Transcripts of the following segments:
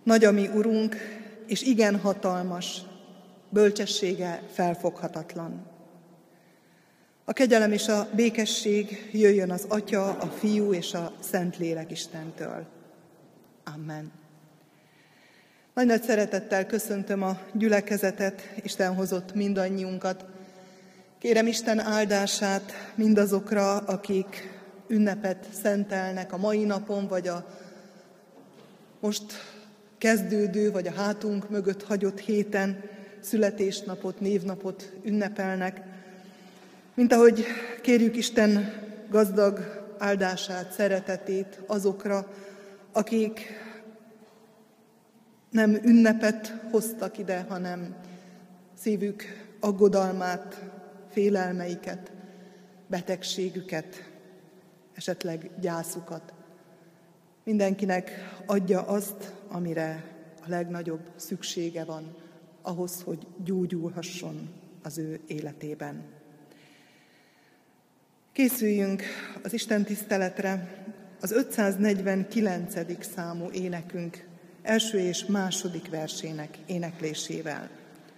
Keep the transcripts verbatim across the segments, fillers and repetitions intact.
Nagy a mi Urunk, és igen hatalmas, bölcsessége felfoghatatlan. A kegyelem és a békesség jöjjön az Atya, a Fiú és a Szentlélek Istentől. Amen. Nagy-nagy szeretettel köszöntöm a gyülekezetet, Isten hozott mindannyiunkat. Kérem Isten áldását mindazokra, akik ünnepet szentelnek a mai napon, vagy a most kezdődő, vagy a hátunk mögött hagyott héten születésnapot, névnapot ünnepelnek. Mint ahogy kérjük Isten gazdag áldását, szeretetét azokra, akik nem ünnepet hoztak ide, hanem szívük aggodalmát, félelmeiket, betegségüket, esetleg gyászukat. Mindenkinek adja azt, amire a legnagyobb szüksége van, ahhoz, hogy gyógyulhasson az ő életében. Készüljünk az Isten tiszteletre az ötszáznegyvenkilencedik számú énekünk első és második versének éneklésével.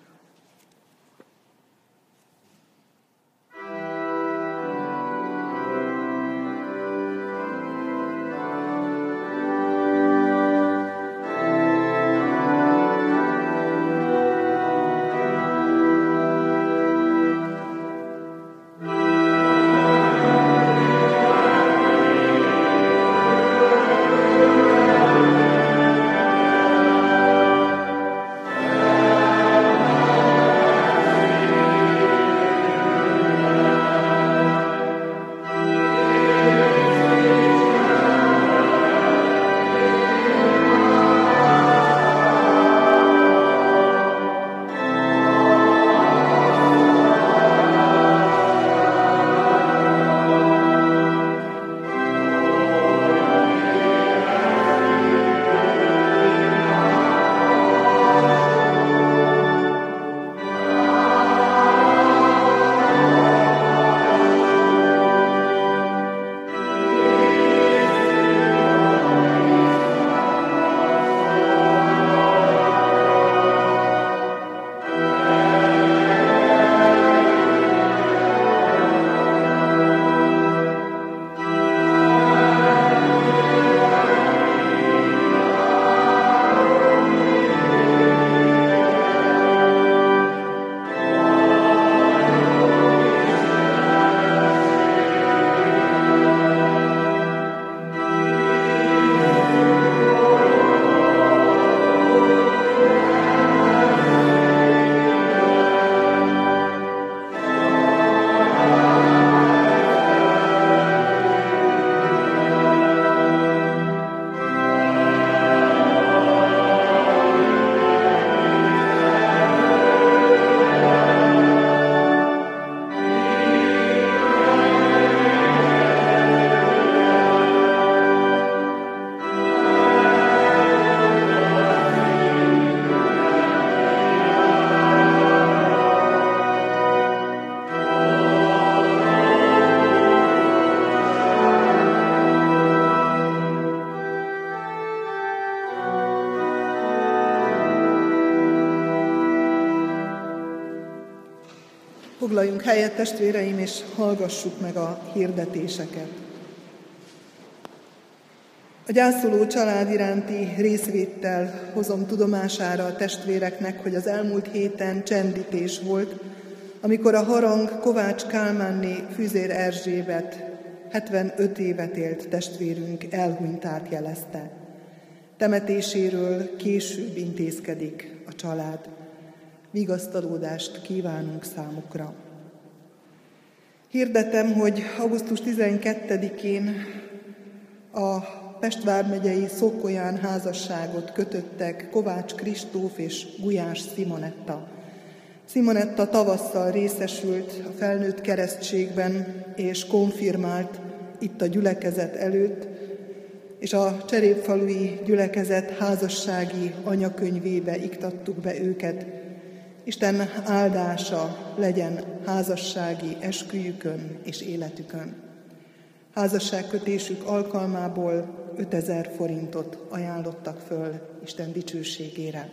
Foglaljunk helyet, testvéreim, és hallgassuk meg a hirdetéseket. A gyászoló család iránti részvéttel hozom tudomására a testvéreknek, hogy az elmúlt héten csendítés volt, amikor a harang Kovács Kálmánné Füzér Erzsébet, hetvenöt évet élt testvérünk elhunytát jelezte. Temetéséről később intézkedik a család. Vigasztalódást kívánunk számukra. Hirdetem, hogy augusztus tizenkettedikén a Pest vármegyei Szokolyán házasságot kötöttek Kovács Kristóf és Gulyás Simonetta. Simonetta tavasszal részesült a felnőtt keresztségben és konfirmált itt a gyülekezet előtt, és a cserépfalui gyülekezet házassági anyakönyvébe iktattuk be őket. Isten áldása legyen házassági esküjükön és életükön. Házasságkötésük alkalmából ötezer forintot ajánlottak föl Isten dicsőségére.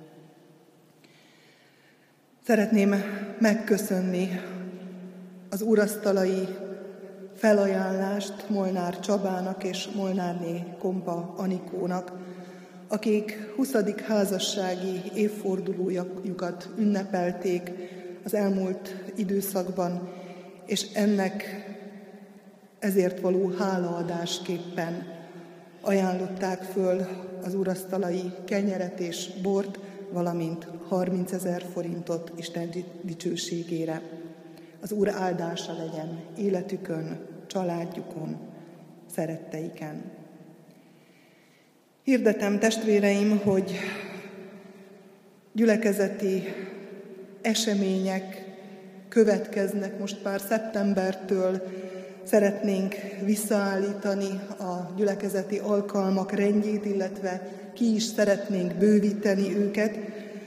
Szeretném megköszönni az úrasztalai felajánlást Molnár Csabának és Molnárné Kompa Anikónak, akik huszadik házassági évfordulójukat ünnepelték az elmúlt időszakban, és ennek ezért való hálaadásképpen ajánlották föl az úrasztalai kenyeret és bort, valamint harmincezer forintot Isten dicsőségére. Az Úr áldása legyen életükön, családjukon, szeretteiken. Hirdetem, testvéreim, hogy gyülekezeti események következnek most már szeptembertől. Szeretnénk visszaállítani a gyülekezeti alkalmak rendjét, illetve ki is szeretnénk bővíteni őket.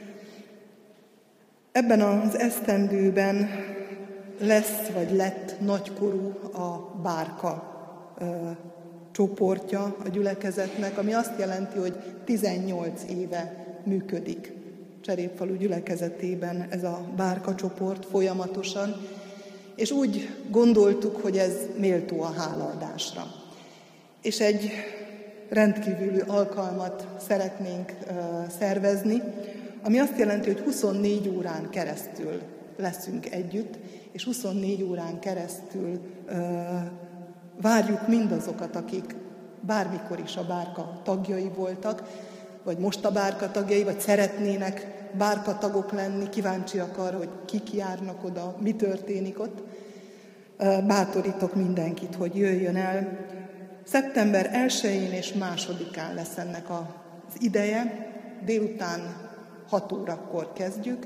Ebben az esztendőben lesz, vagy lett nagykorú a bárka ö, csoportja a gyülekezetnek, ami azt jelenti, hogy tizennyolc éve működik Cserépfalu gyülekezetében ez a bárka csoport folyamatosan, és úgy gondoltuk, hogy ez méltó a hálaadásra. És egy rendkívüli alkalmat szeretnénk ö, szervezni, ami azt jelenti, hogy huszonnégy órán keresztül leszünk együtt, és huszonnégy órán keresztül ö, várjuk mindazokat, akik bármikor is a bárka tagjai voltak, vagy most a bárka tagjai, vagy szeretnének bárka tagok lenni, kíváncsiak arra, hogy kik járnak oda, mi történik ott. Bátorítok mindenkit, hogy jöjjön el. Szeptember elsején és másodikán lesz ennek az ideje, délután hat órakor kezdjük.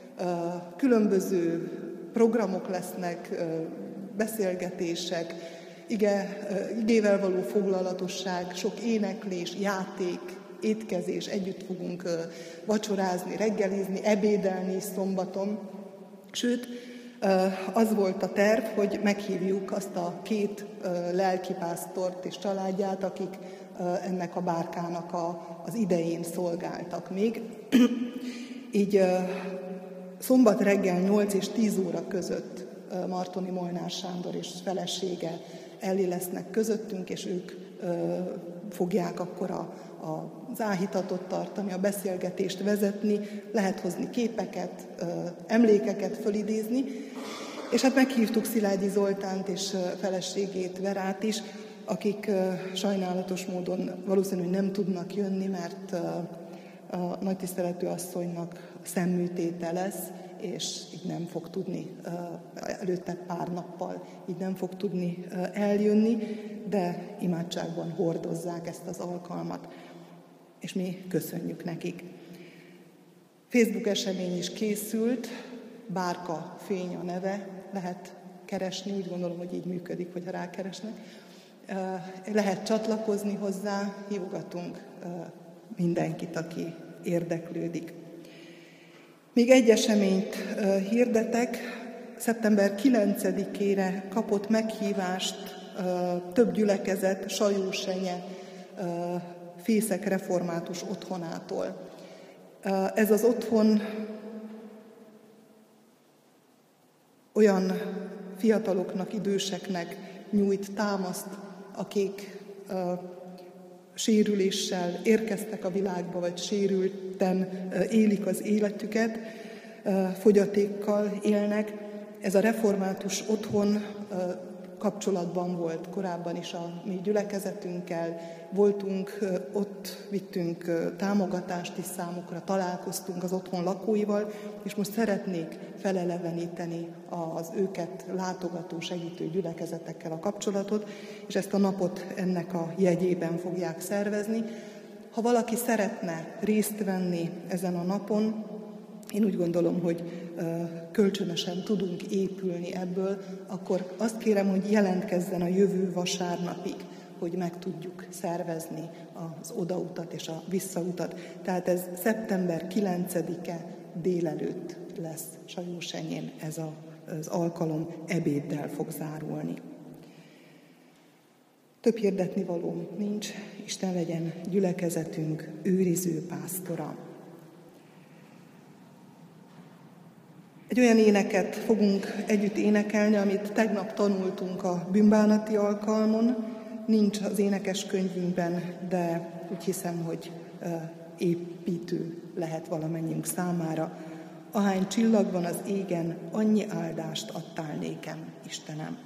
Különböző programok lesznek, beszélgetések, ige, igével való foglalatosság, sok éneklés, játék, étkezés, együtt fogunk vacsorázni, reggelizni, ebédelni szombaton. Sőt, az volt a terv, hogy meghívjuk azt a két lelkipásztort és családját, akik ennek a bárkának a, az idején szolgáltak még. Így szombat reggel nyolc és tíz óra között Martoni Molnár Sándor és felesége Elli lesznek közöttünk, és ők fogják akkor a, a, az áhítatot tartani, a beszélgetést vezetni, lehet hozni képeket, emlékeket fölidézni, és hát meghívtuk Szilágyi Zoltánt és feleségét, Verát is, akik sajnálatos módon valószínűleg nem tudnak jönni, mert a nagytiszteletű asszonynak szemműtéte lesz, és így nem fog tudni, előtte pár nappal így nem fog tudni eljönni, de imádságban hordozzák ezt az alkalmat, és mi köszönjük nekik. Facebook esemény is készült, Bárka Fény a neve, lehet keresni, úgy gondolom, hogy így működik, hogyha rákeresnek. Lehet csatlakozni hozzá, hívogatunk mindenkit, aki érdeklődik. Még egy eseményt hirdetek, szeptember kilencedikére kapott meghívást több gyülekezet Sajósenye Fészek Református Otthonától. Ez az otthon olyan fiataloknak, időseknek nyújt támaszt, akik sérüléssel érkeztek a világba, vagy sérülten élik az életüket, fogyatékkal élnek. Ez a református otthon kapcsolatban volt korábban is a mi gyülekezetünkkel, voltunk ott, vittünk támogatást is számukra, találkoztunk az otthon lakóival, és most szeretnék feleleveníteni az őket látogató, segítő gyülekezetekkel a kapcsolatot, és ezt a napot ennek a jegyében fogják szervezni. Ha valaki szeretne részt venni ezen a napon, én úgy gondolom, hogy kölcsönösen tudunk épülni ebből, akkor azt kérem, hogy jelentkezzen a jövő vasárnapig, hogy meg tudjuk szervezni az odautat és a visszautat. Tehát ez szeptember kilencedike délelőtt lesz Sajósenyén, ez a, az alkalom ebéddel fog zárulni. Több hirdetni valóm nincs, Isten legyen gyülekezetünk őriző pásztora. Egy olyan éneket fogunk együtt énekelni, amit tegnap tanultunk a bűnbánati alkalmon. Nincs az énekeskönyvünkben, de úgy hiszem, hogy építő lehet valamennyiünk számára. Ahány csillag van az égen, annyi áldást adtál nékem, Istenem.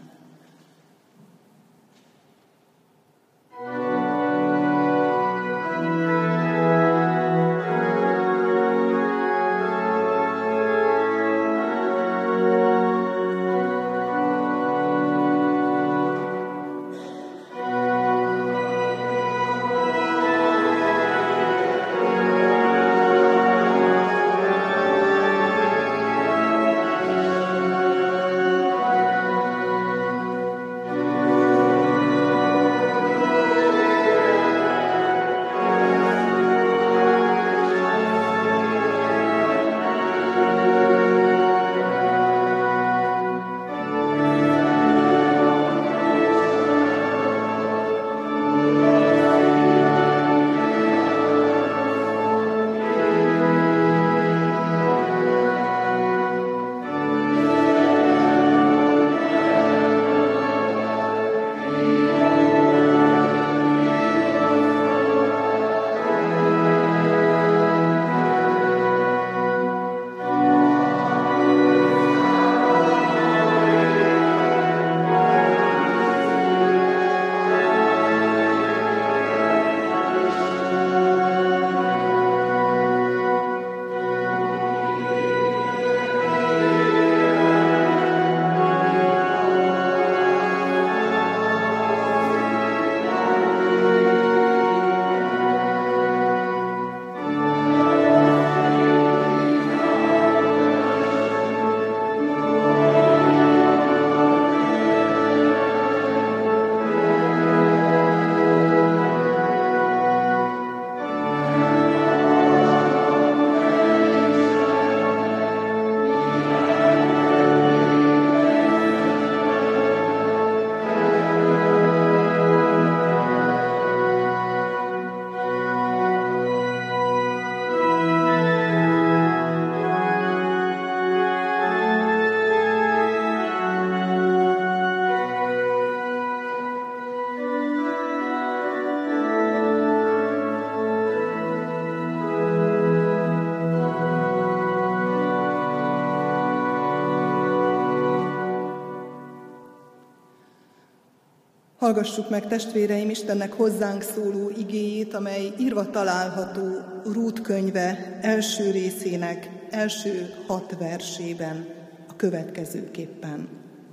Hallgassuk meg, testvéreim, Istennek hozzánk szóló igéjét, amely írva található Rút könyve első részének első hat versében a következőképpen.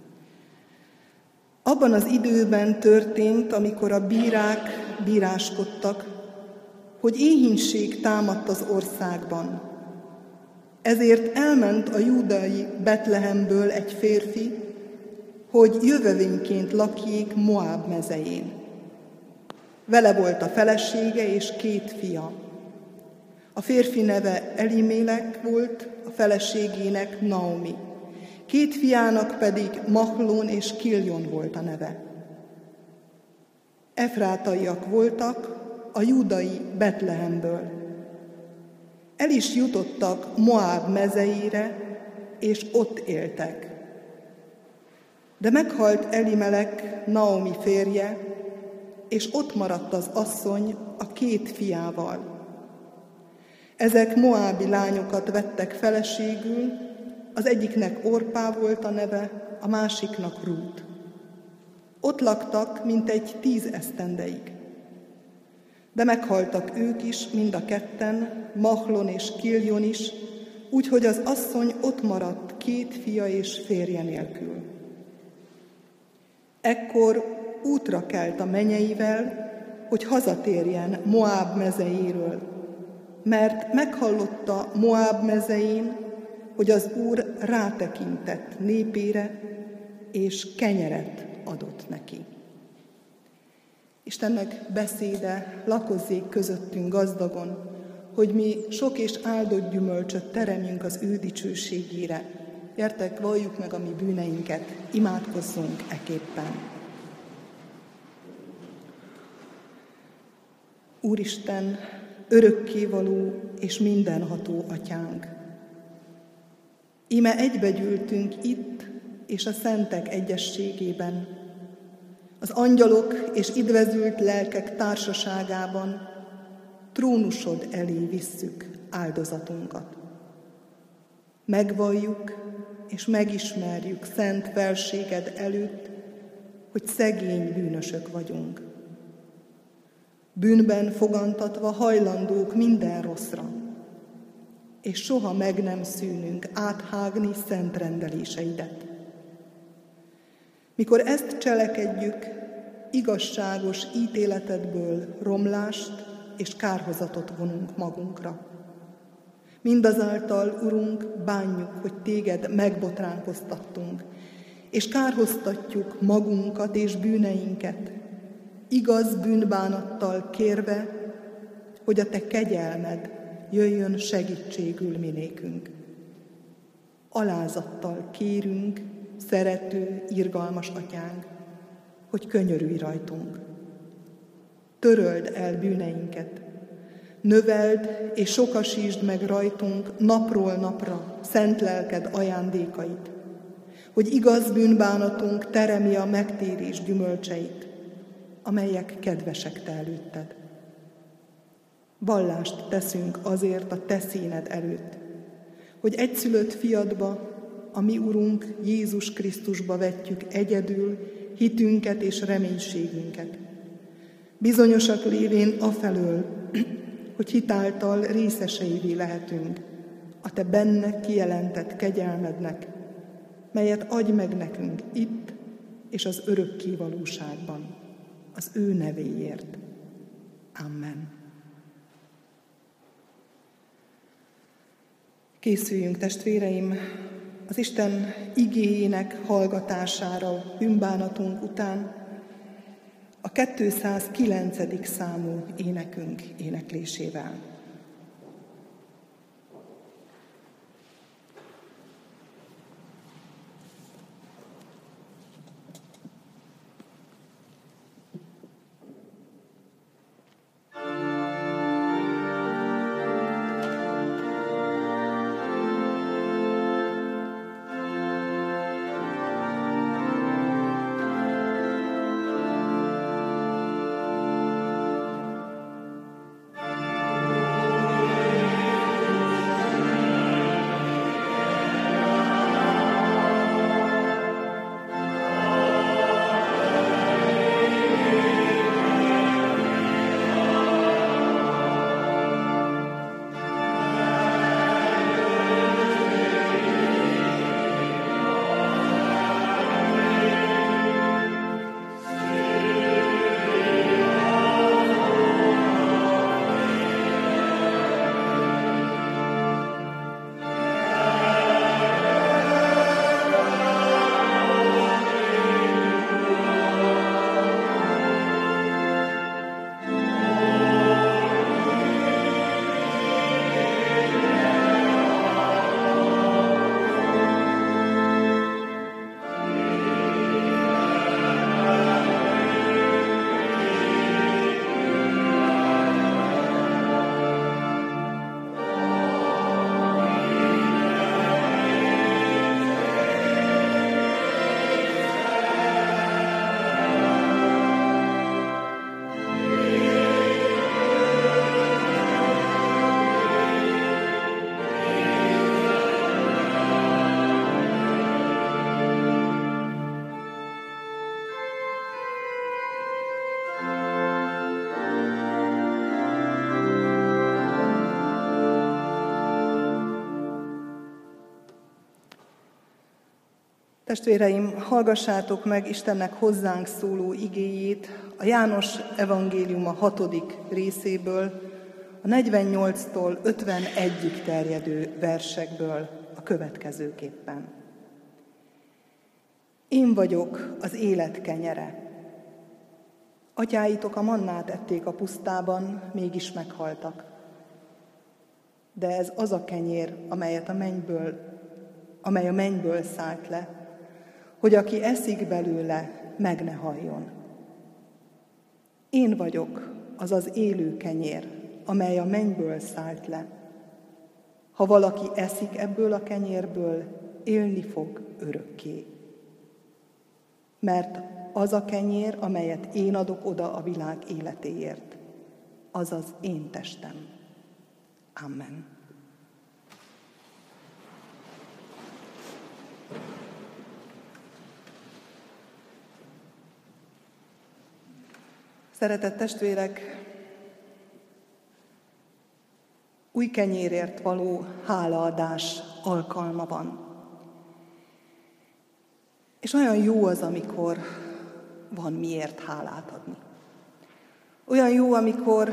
Abban az időben történt, amikor a bírák bíráskodtak, hogy éhínség támadt az országban. Ezért elment a júdai Betlehemből egy férfi, hogy jövevényként lakjék Moáb mezején. Vele volt a felesége és két fia. A férfi neve Elimélek volt, a feleségének Naomi. Két fiának pedig Mahlón és Kiljon volt a neve. Efrátaiak voltak, a júdai Betlehemből. El is jutottak Moáb mezeire, és ott éltek. De meghalt Elimelek, Naomi férje, és ott maradt az asszony a két fiával. Ezek moábi lányokat vettek feleségül, az egyiknek Orpá volt a neve, a másiknak Rút. Ott laktak mintegy tíz esztendeig. De meghaltak ők is, mind a ketten, Mahlon és Kiljon is, úgyhogy az asszony ott maradt két fia és férje nélkül. Ekkor útra kelt a menyeivel, hogy hazatérjen Moáb mezejéről, mert meghallotta Moáb mezején, hogy az Úr rátekintett népére, és kenyeret adott neki. Istennek beszéde lakozzék közöttünk gazdagon, hogy mi sok és áldott gyümölcsöt teremjünk az ő dicsőségére. Gyertek, valljuk meg a mi bűneinket, imádkozzunk eképpen. Úristen, örökkévaló és mindenható atyánk! Íme egybegyűltünk itt és a szentek egyességében, az angyalok és idvezült lelkek társaságában trónusod elé visszük áldozatunkat. Megvalljuk és megismerjük szent felséged előtt, hogy szegény bűnösök vagyunk. Bűnben fogantatva hajlandók minden rosszra, és soha meg nem szűnünk áthágni szent rendeléseidet. Mikor ezt cselekedjük, igazságos ítéletedből romlást és kárhozatot vonunk magunkra. Mindazáltal, Urunk, bánjuk, hogy téged megbotránkoztattunk, és kárhoztatjuk magunkat és bűneinket, igaz bűnbánattal kérve, hogy a te kegyelmed jöjjön segítségül minékünk. Alázattal kérünk, szerető, irgalmas atyánk, hogy könyörülj rajtunk. Töröld el bűneinket, növeld és sokasítsd meg rajtunk napról napra szent lelked ajándékait, hogy igaz bűnbánatunk teremi a megtérés gyümölcseit, amelyek kedvesek te előtted. Vallást teszünk azért a te színed előtt, hogy egyszülött fiadba, a mi Urunk Jézus Krisztusba vetjük egyedül hitünket és reménységünket. Bizonyosak lévén afelől, hogy hitáltal részeseivé lehetünk a te benne kijelentett kegyelmednek, melyet adj meg nekünk itt és az örökké valóságban, az ő nevéért. Amen. Készüljünk, testvéreim, az Isten igéjének hallgatására bűnbánatunk után a kétszázkilencedik számú énekünk éneklésével. Testvéreim, hallgassátok meg Istennek hozzánk szóló igéjét a János evangéliuma hatodik részéből, a negyvennyolctól ötvenegyig terjedő versekből a következőképpen. Én vagyok az élet kenyere. Atyáitok a mannát ették a pusztában, mégis meghaltak. De ez az a kenyér, amelyet a mennyből, amely a mennyből szállt le, hogy aki eszik belőle, meg ne haljon. Én vagyok az az élő kenyér, amely a mennyből szállt le. Ha valaki eszik ebből a kenyérből, élni fog örökké. Mert az a kenyér, amelyet én adok oda a világ életéért, az az én testem. Amen. Szeretett testvérek, új kenyérért való hálaadás alkalma van. És olyan jó az, amikor van miért hálát adni. Olyan jó, amikor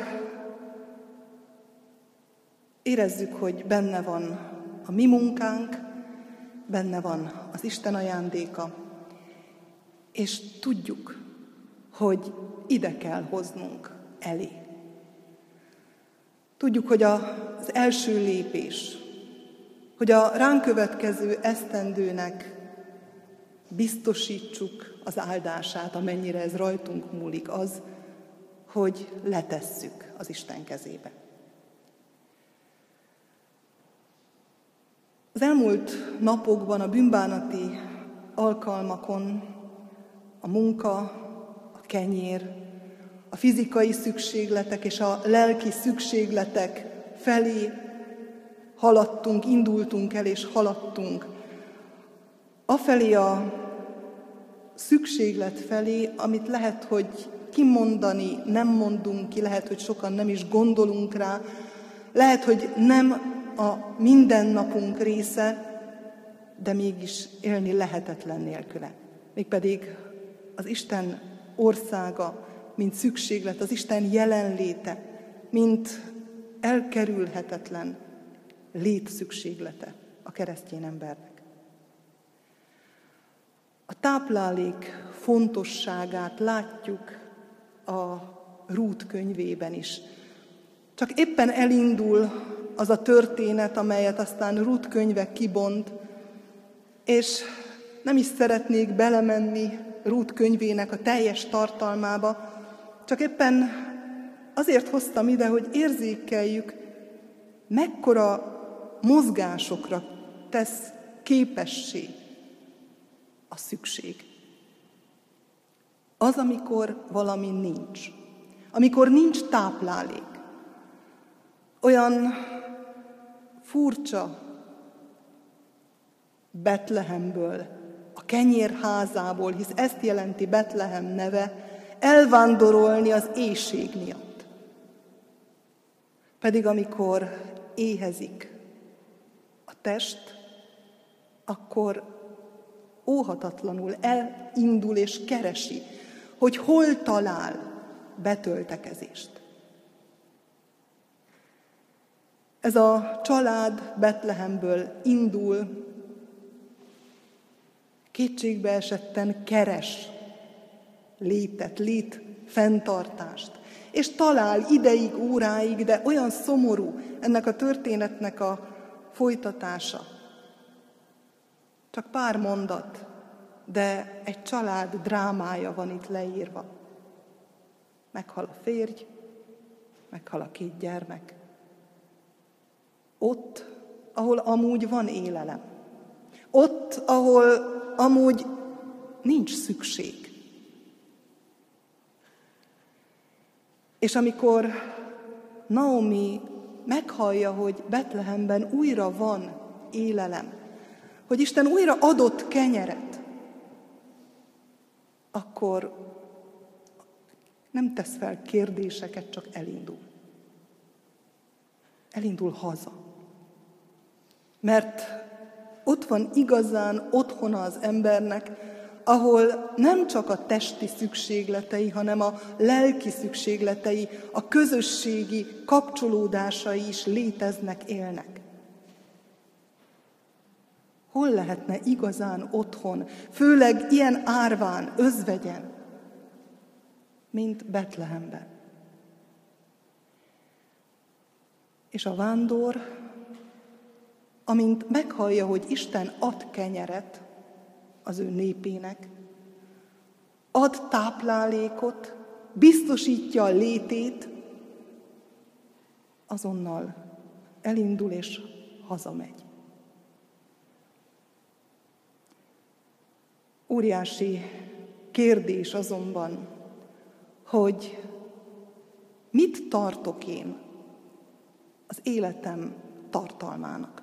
érezzük, hogy benne van a mi munkánk, benne van az Isten ajándéka, és tudjuk, hogy ide kell hoznunk elé. Tudjuk, hogy az első lépés, hogy a ránk következő esztendőnek biztosítsuk az áldását, amennyire ez rajtunk múlik, az, hogy letesszük az Isten kezébe. Az elmúlt napokban a bűnbánati alkalmakon a munka, a kenyér, a fizikai szükségletek és a lelki szükségletek felé haladtunk, indultunk el és haladtunk. Afelé a szükséglet felé, amit lehet, hogy kimondani nem mondunk ki, lehet, hogy sokan nem is gondolunk rá, lehet, hogy nem a mindennapunk része, de mégis élni lehetetlen nélküle. Mégpedig az Isten országa, mint szükséglet, az Isten jelenléte, mint elkerülhetetlen létszükséglete a keresztény embernek. A táplálék fontosságát látjuk a Rút könyvében is. Csak éppen elindul az a történet, amelyet aztán Rút könyve kibont, és nem is szeretnék belemenni Rút könyvének a teljes tartalmába, csak éppen azért hoztam ide, hogy érzékeljük, mekkora mozgásokra tesz képessé a szükség. Az, amikor valami nincs. Amikor nincs táplálék. Olyan furcsa Betlehemből, a kenyérházából, hisz ezt jelenti Betlehem neve, elvándorolni az éhség miatt. Pedig amikor éhezik a test, akkor óhatatlanul elindul és keresi, hogy hol talál betöltekezést. Ez a család Betlehemből indul, kétségbe esetten keres létet, lét fenntartást, és talál ideig, óráig, de olyan szomorú ennek a történetnek a folytatása. Csak pár mondat, de egy család drámája van itt leírva. Meghal a férj, meghal a két gyermek. Ott, ahol amúgy van élelem. Ott, ahol amúgy nincs szükség. És amikor Naomi meghallja, hogy Betlehemben újra van élelem, hogy Isten újra adott kenyeret, akkor nem tesz fel kérdéseket, csak elindul. Elindul haza. Mert ott van igazán otthona az embernek, ahol nem csak a testi szükségletei, hanem a lelki szükségletei, a közösségi kapcsolódásai is léteznek, élnek. Hol lehetne igazán otthon, főleg ilyen árván, özvegyen, mint Betlehemben? És a vándor, amint meghallja, hogy Isten ad kenyeret az ő népének, ad táplálékot, biztosítja a létét, azonnal elindul és hazamegy. Óriási kérdés azonban, hogy mit tartok én az életem tartalmának?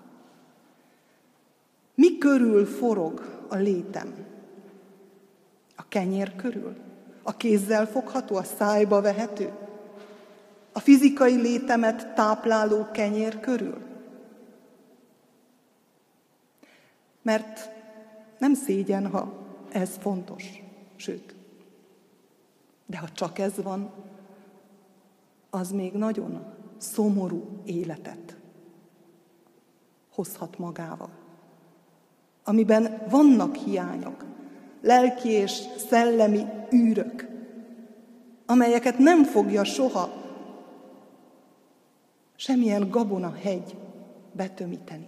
Mi körül forog a létem? A kenyér körül? A kézzel fogható, a szájba vehető? A fizikai létemet tápláló kenyér körül? Mert nem szégyen, ha ez fontos, sőt, de ha csak ez van, az még nagyon szomorú életet hozhat magával, amiben vannak hiányok, lelki és szellemi űrök, amelyeket nem fogja soha semmilyen gabonahegy betömíteni.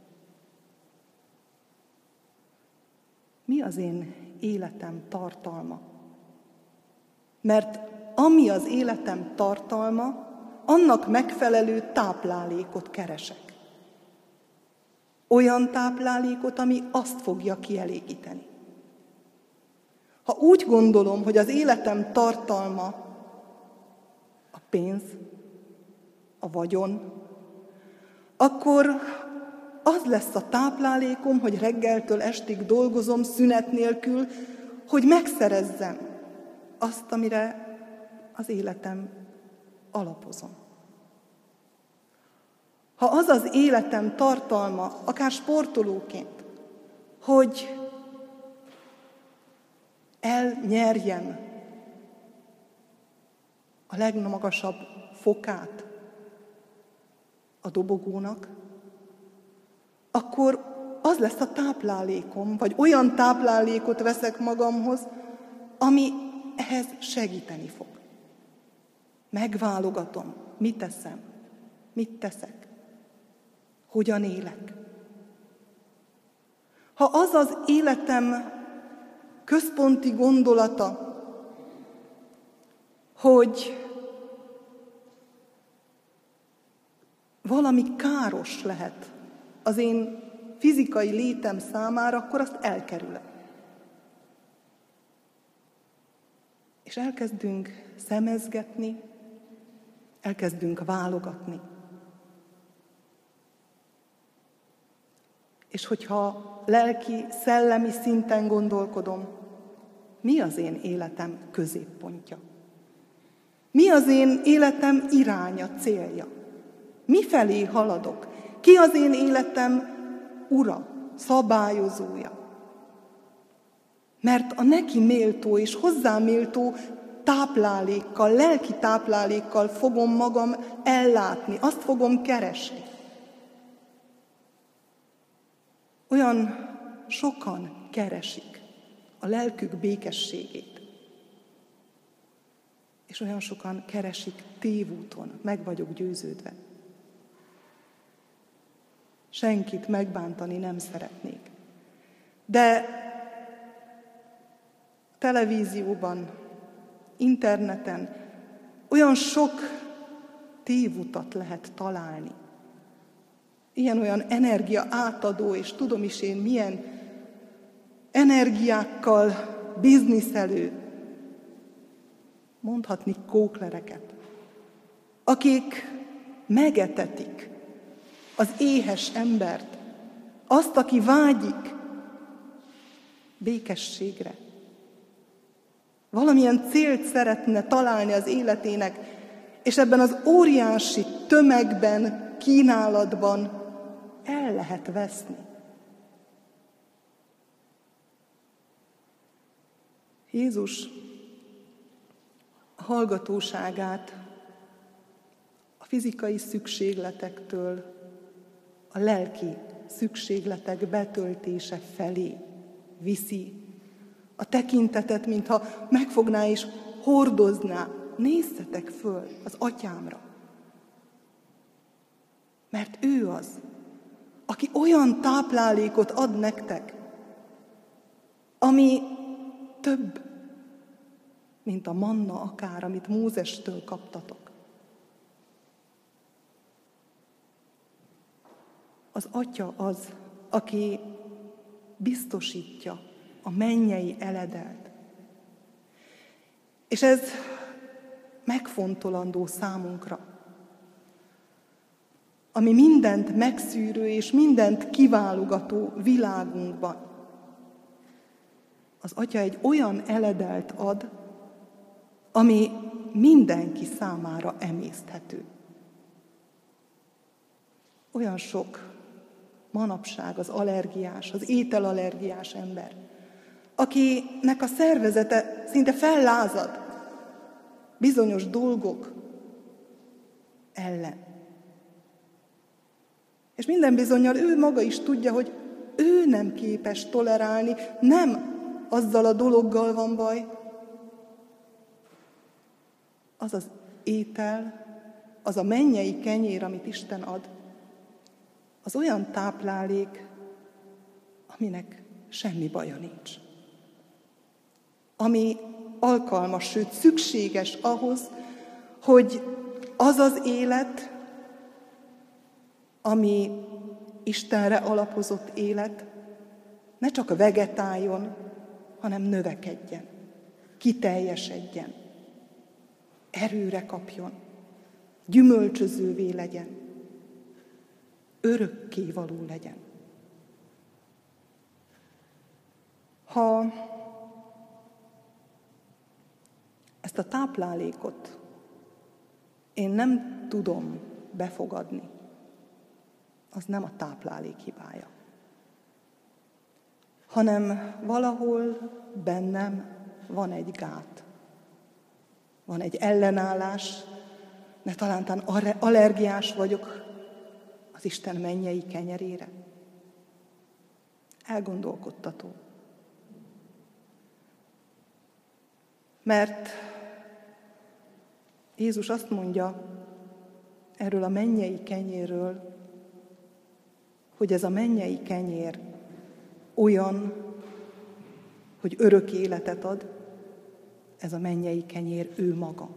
Mi az én életem tartalma? Mert ami az életem tartalma, annak megfelelő táplálékot keresek. Olyan táplálékot, ami azt fogja kielégíteni. Ha úgy gondolom, hogy az életem tartalma a pénz, a vagyon, akkor az lesz a táplálékom, hogy reggeltől estig dolgozom szünet nélkül, hogy megszerezzem azt, amire az életem alapozom. Ha az az életem tartalma, akár sportolóként, hogy elnyerjem a legmagasabb fokát a dobogónak, akkor az lesz a táplálékom, vagy olyan táplálékot veszek magamhoz, ami ehhez segíteni fog. Megválogatom, mit teszem, mit teszek, hogyan élek. Ha az az életem központi gondolata, hogy valami káros lehet az én fizikai létem számára, akkor azt elkerülöm. És elkezdünk szemezgetni, elkezdünk válogatni. És hogyha lelki, szellemi szinten gondolkodom, mi az én életem középpontja? Mi az én életem iránya, célja? Mifelé haladok? Ki az én életem ura, szabályozója? Mert a neki méltó és hozzá méltó táplálékkal, lelki táplálékkal fogom magam ellátni, azt fogom keresni. Olyan sokan keresik a lelkük békességét, és olyan sokan keresik tévúton, meg vagyok győződve. Senkit megbántani nem szeretnék. De televízióban, interneten olyan sok tévutat lehet találni. Ilyen-olyan energia átadó, és tudom is én milyen energiákkal bizniszelő, mondhatni kóklereket, akik megetetik az éhes embert, azt, aki vágyik békességre. Valamilyen célt szeretne találni az életének, és ebben az óriási tömegben, kínálatban el lehet veszni. Jézus a hallgatóságát a fizikai szükségletektől a lelki szükségletek betöltése felé viszi a tekintetet, mintha megfogná és hordozná. Nézzetek föl az atyámra. Mert ő az, aki olyan táplálékot ad nektek, ami több, mint a manna akár, amit Mózestől kaptatok. Az Atya az, aki biztosítja a mennyei eledelt. És ez megfontolandó számunkra, ami mindent megszűrő és mindent kiválogató világunkban. Az Atya egy olyan eledelt ad, ami mindenki számára emészthető. Olyan sok manapság az allergiás, az ételallergiás ember, akinek a szervezete szinte fellázad bizonyos dolgok ellen. És minden bizonnyal ő maga is tudja, hogy ő nem képes tolerálni, nem azzal a dologgal van baj. Az az étel, az a mennyei kenyér, amit Isten ad, az olyan táplálék, aminek semmi baja nincs. Ami alkalmas, sőt szükséges ahhoz, hogy az az élet, ami Istenre alapozott élet, ne csak vegetáljon, hanem növekedjen, kiteljesedjen, erőre kapjon, gyümölcsözővé legyen, örökkévaló legyen. Ha ezt a táplálékot én nem tudom befogadni, az nem a táplálék hibája, hanem valahol bennem van egy gát, van egy ellenállás, mert talántán allergiás vagyok az Isten mennyei kenyerére. Elgondolkodtató. Mert Jézus azt mondja erről a mennyei kenyérről, hogy ez a mennyei kenyér olyan, hogy örök életet ad, ez a mennyei kenyér ő maga.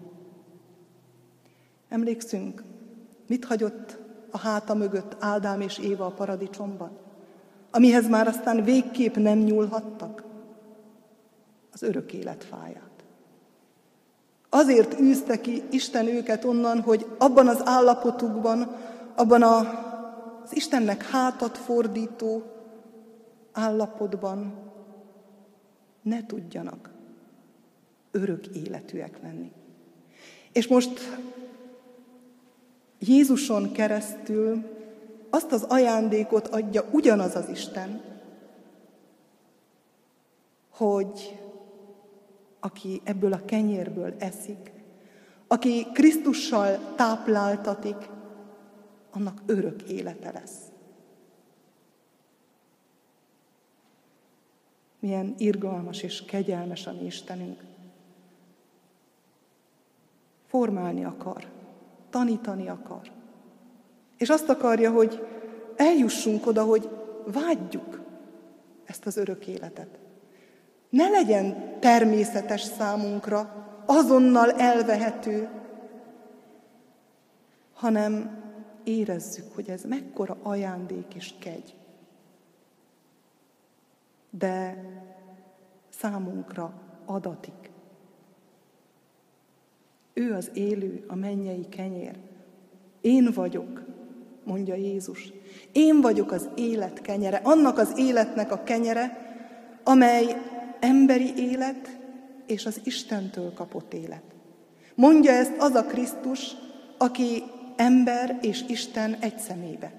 Emlékszünk, mit hagyott a háta mögött Ádám és Éva a paradicsomban, amihez már aztán végképp nem nyúlhattak? Az örök élet fáját. Azért űzte ki Isten őket onnan, hogy abban az állapotukban, abban a, az Istennek hátat fordító állapotban ne tudjanak örök életűek lenni. És most Jézuson keresztül azt az ajándékot adja ugyanaz az Isten, hogy aki ebből a kenyérből eszik, aki Krisztussal tápláltatik, annak örök élete lesz. Milyen irgalmas és kegyelmes a mi Istenünk. Formálni akar, tanítani akar. És azt akarja, hogy eljussunk oda, hogy vágyjuk ezt az örök életet. Ne legyen természetes számunkra, azonnal elvehető, hanem érezzük, hogy ez mekkora ajándék és kegy. De számunkra adatik. Ő az élő, a mennyei kenyér. Én vagyok, mondja Jézus. Én vagyok az élet kenyere, annak az életnek a kenyere, amely emberi élet és az Istentől kapott élet. Mondja ezt az a Krisztus, aki ember és Isten egy szemébe.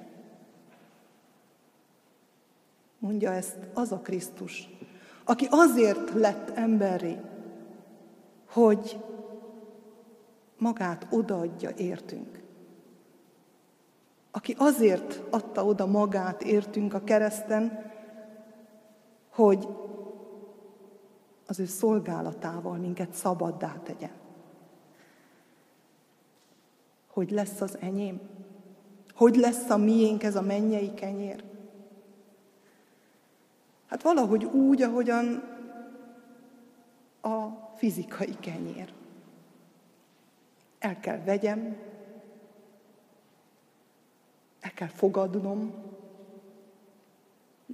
Mondja ezt az a Krisztus, aki azért lett emberré, hogy magát odaadja értünk. Aki azért adta oda magát értünk a kereszten, hogy az ő szolgálatával minket szabaddá tegyen. Hogy lesz az enyém? Hogy lesz a miénk ez a mennyei kenyér? Hát valahogy úgy, ahogyan a fizikai kenyér. El kell vegyem, el kell fogadnom,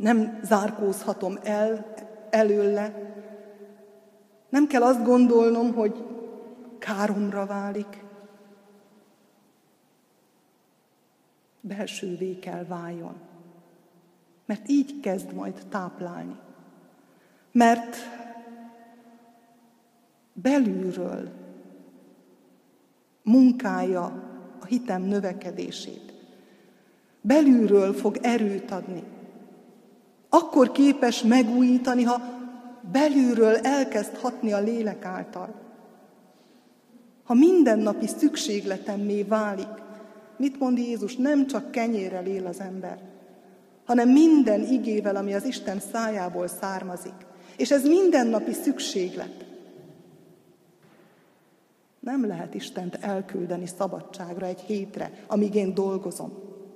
nem zárkózhatom el előle. Nem kell azt gondolnom, hogy káromra válik. Belsővé kell váljon. Mert így kezd majd táplálni. Mert belülről munkálja a hitem növekedését. Belülről fog erőt adni. Akkor képes megújítani, ha belülről elkezd hatni a lélek által. Ha mindennapi szükségletemmé válik, mit mond Jézus? Nem csak kenyérrel él az ember, hanem minden igével, ami az Isten szájából származik. És ez mindennapi szükséglet. Nem lehet Istent elküldeni szabadságra egy hétre, amíg én dolgozom.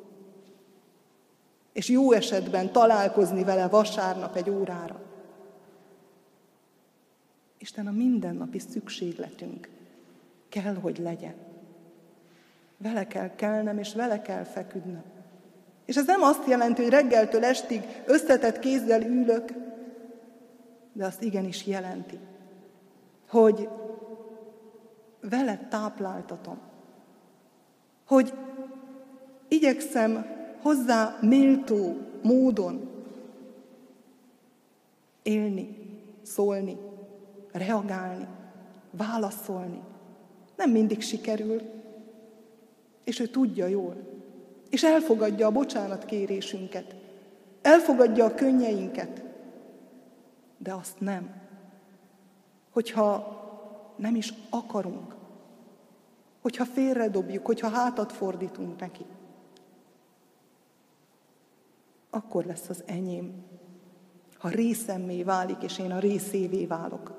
És jó esetben találkozni vele vasárnap egy órára. Isten a mindennapi szükségletünk kell, hogy legyen. Vele kell kelnem, és vele kell feküdnöm. És ez nem azt jelenti, hogy reggeltől estig összetett kézzel ülök, de azt igenis jelenti, hogy vele tápláltatom, hogy igyekszem hozzá méltó módon élni, szólni, reagálni, válaszolni. Nem mindig sikerül, és ő tudja jól, és elfogadja a bocsánatkérésünket, elfogadja a könnyeinket, de azt nem. Hogyha nem is akarunk, hogyha félredobjuk, hogyha hátat fordítunk neki, akkor lesz az enyém, ha részemmé válik, és én a részévé válok.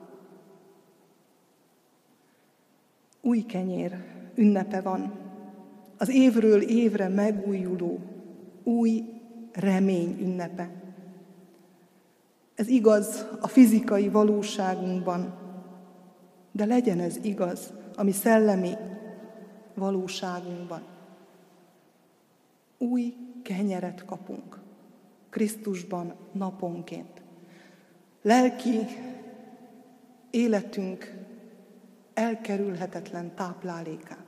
Új kenyér ünnepe van, az évről évre megújuló, új remény ünnepe. Ez igaz a fizikai valóságunkban, de legyen ez igaz a mi szellemi valóságunkban. Új kenyeret kapunk Krisztusban naponként. Lelki életünk elkerülhetetlen táplálékát.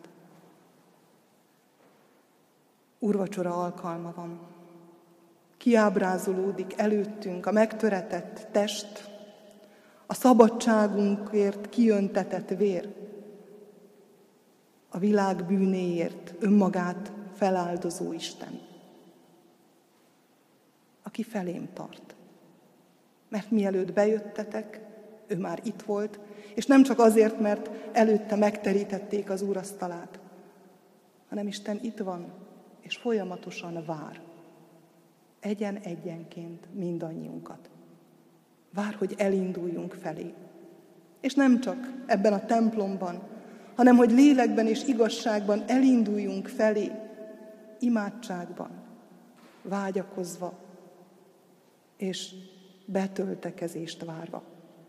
Úrvacsora alkalma van. Kiábrázolódik előttünk a megtöretett test, a szabadságunkért kiöntetett vér, a világ bűnéért önmagát feláldozó Isten, aki felém tart. Mert mielőtt bejöttetek, ő már itt volt, és nem csak azért, mert előtte megterítették az úrasztalát, hanem Isten itt van, és folyamatosan vár. Egyen-egyenként mindannyiunkat. Vár, hogy elinduljunk felé. És nem csak ebben a templomban, hanem hogy lélekben és igazságban elinduljunk felé, imádságban, vágyakozva, és betöltekezést várva.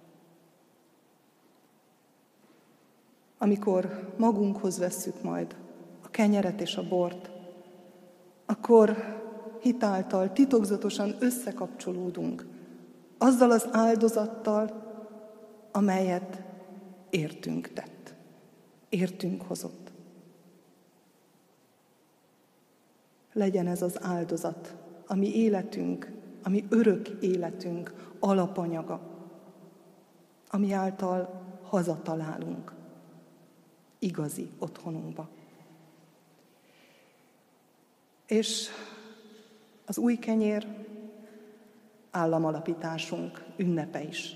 Amikor magunkhoz vesszük majd a kenyeret és a bort, akkor hitáltal titokzatosan összekapcsolódunk azzal az áldozattal, amelyet értünk tett, értünk hozott. Legyen ez az áldozat, a mi életünk, a mi örök életünk alapanyaga, ami által hazatalálunk igazi otthonunkba. És az új kenyér államalapításunk ünnepe is.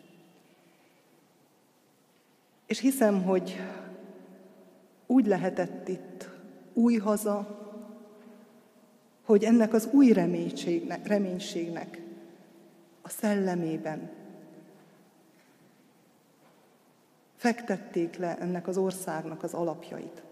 És hiszem, hogy úgy lehetett itt új haza, hogy ennek az új reménységnek, reménységnek a szellemében fektették le ennek az országnak az alapjait.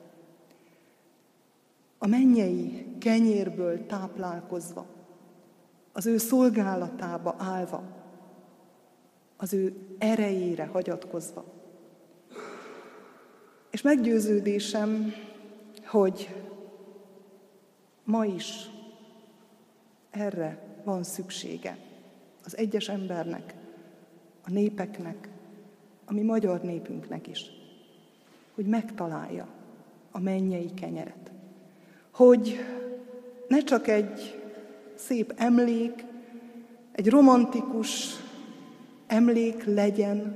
A mennyei kenyérből táplálkozva, az ő szolgálatába állva, az ő erejére hagyatkozva. És meggyőződésem, hogy ma is erre van szüksége az egyes embernek, a népeknek, a mi magyar népünknek is, hogy megtalálja a mennyei kenyeret. Hogy ne csak egy szép emlék, egy romantikus emlék legyen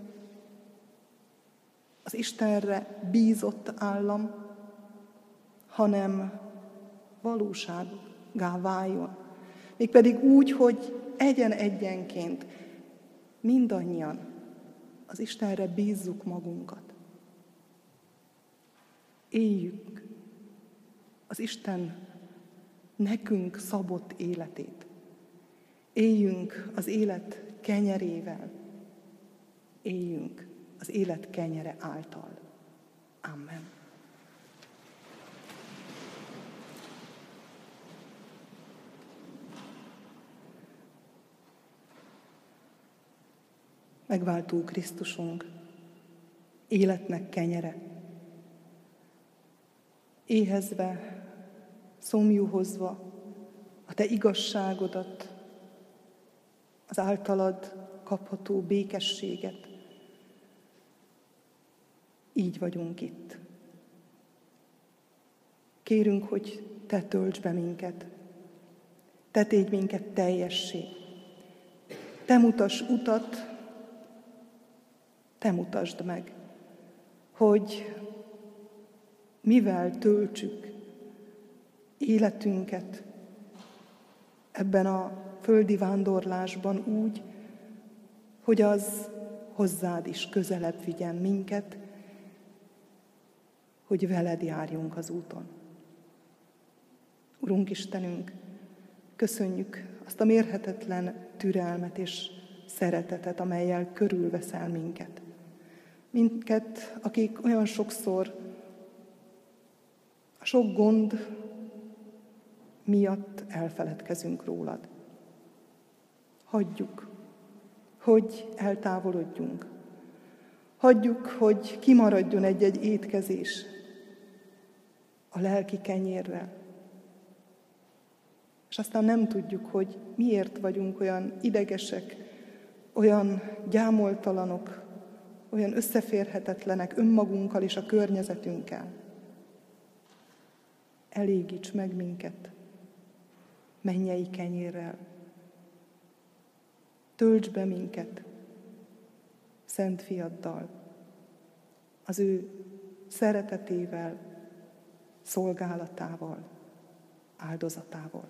az Istenre bízott állam, hanem valósággá váljon. Mégpedig úgy, hogy egyen-egyenként mindannyian az Istenre bízzuk magunkat. Éljük az Isten nekünk szabott életét. Éljünk az élet kenyerével. Éljünk az élet kenyere által. Amen. Megváltó Krisztusunk, életnek kenyere. Éhezve, szomjúhozva a te igazságodat, az általad kapható békességet. Így vagyunk itt. Kérünk, hogy te töltsd be minket, te tégy minket teljessé. Te mutass utat, te mutasd meg, hogy mivel töltsük életünket ebben a földi vándorlásban úgy, hogy az hozzád is közelebb vigyen minket, hogy veled járjunk az úton. Urunk Istenünk, köszönjük azt a mérhetetlen türelmet és szeretetet, amellyel körülveszel minket. Minket, akik olyan sokszor a sok gond miatt elfeledkezünk rólad. Hagyjuk, hogy eltávolodjunk. Hagyjuk, hogy kimaradjon egy-egy étkezés a lelki kenyérrel. És aztán nem tudjuk, hogy miért vagyunk olyan idegesek, olyan gyámoltalanok, olyan összeférhetetlenek önmagunkkal és a környezetünkkel. Elégíts meg minket mennyei kenyérrel. Töltsd be minket Szent Fiaddal, az ő szeretetével, szolgálatával, áldozatával.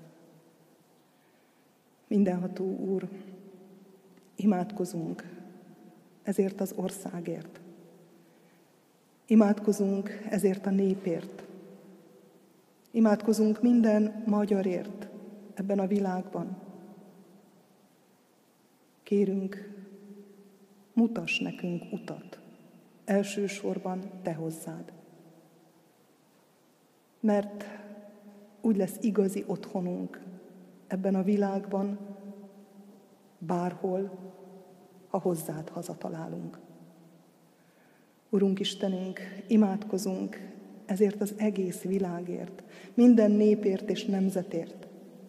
Mindenható Úr, imádkozunk ezért az országért. Imádkozunk ezért a népért. Imádkozunk minden magyarért ebben a világban. Kérünk, mutass nekünk utat, elsősorban te hozzád. Mert úgy lesz igazi otthonunk ebben a világban, bárhol, ha hozzád hazatalálunk. Urunk Istenünk, imádkozunk ezért az egész világért, minden népért és nemzetért.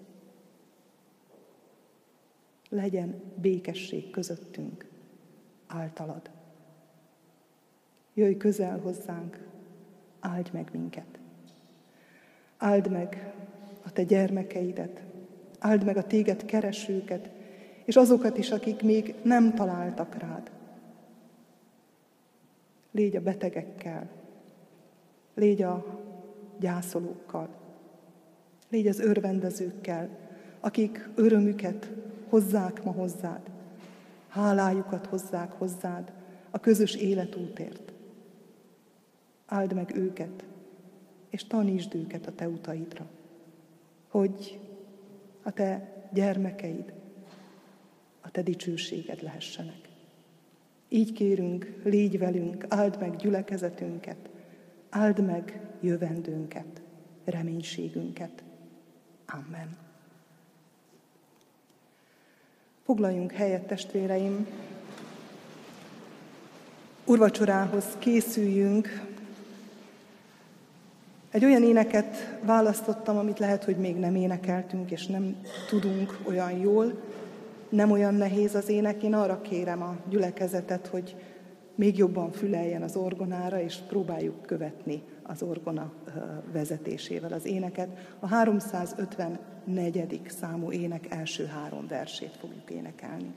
Legyen békesség közöttünk általad. Jöjj közel hozzánk, áldj meg minket. Áld meg a te gyermekeidet, áld meg a téged keresőket, és azokat is, akik még nem találtak rád. Légy a betegekkel, légy a gyászolókkal, légy az örvendezőkkel, akik örömüket hozzák ma hozzád, hálájukat hozzák hozzád a közös életútért. Áld meg őket, és tanítsd őket a te utaidra, hogy a te gyermekeid, a te dicsőséged lehessenek. Így kérünk, légy velünk, áld meg gyülekezetünket, áld meg jövendőnket, reménységünket. Amen. Foglaljunk helyet, testvéreim, úrvacsorához készüljünk. Egy olyan éneket választottam, amit lehet, hogy még nem énekeltünk, és nem tudunk olyan jól, nem olyan nehéz az ének. Én arra kérem a gyülekezetet, hogy még jobban füleljen az orgonára, és próbáljuk követni az orgona vezetésével az éneket. A háromszázötvennegyedik számú ének első három versét fogjuk énekelni.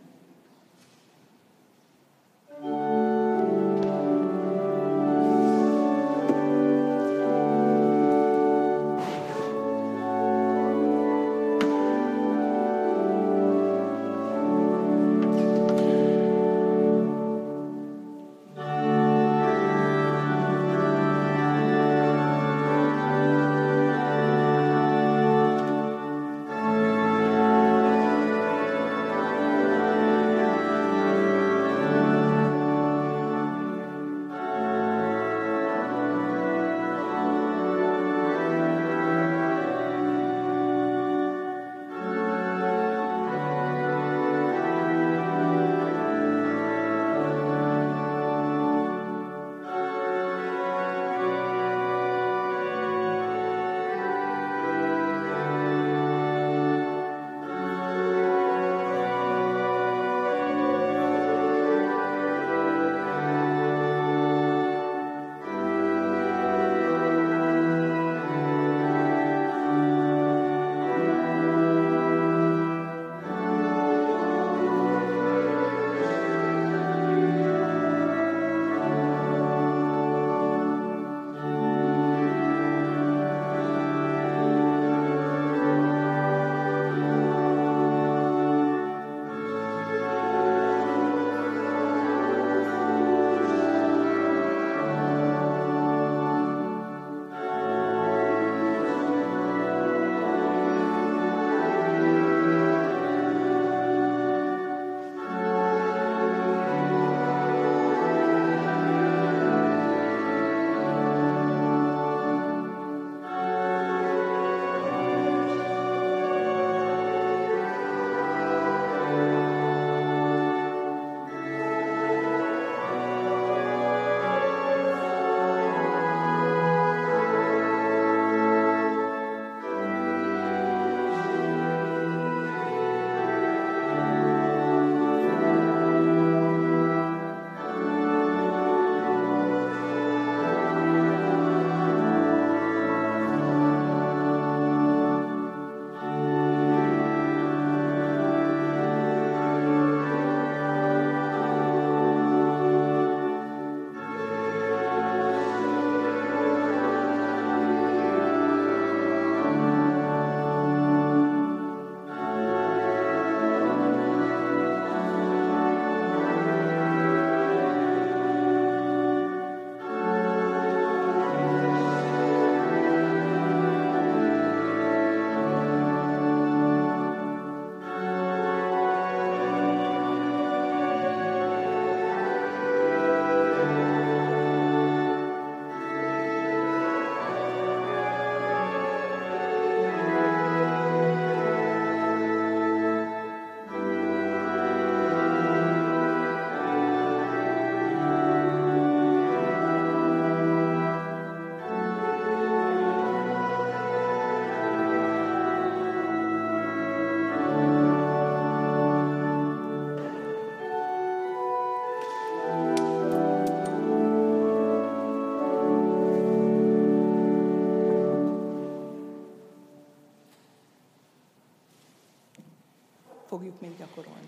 fogjuk még gyakorolni.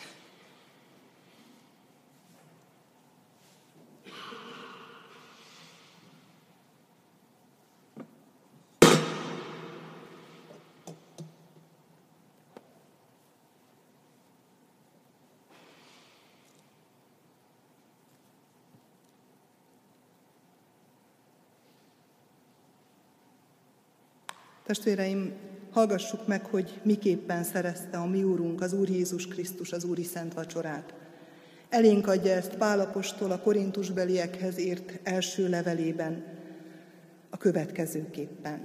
Testvéreim, hallgassuk meg, hogy miképpen szerezte a mi Úrunk, az Úr Jézus Krisztus az Úri Szent Vacsorát. Elénk adja ezt Pál apostol a korintusbeliekhez írt első levelében a következőképpen.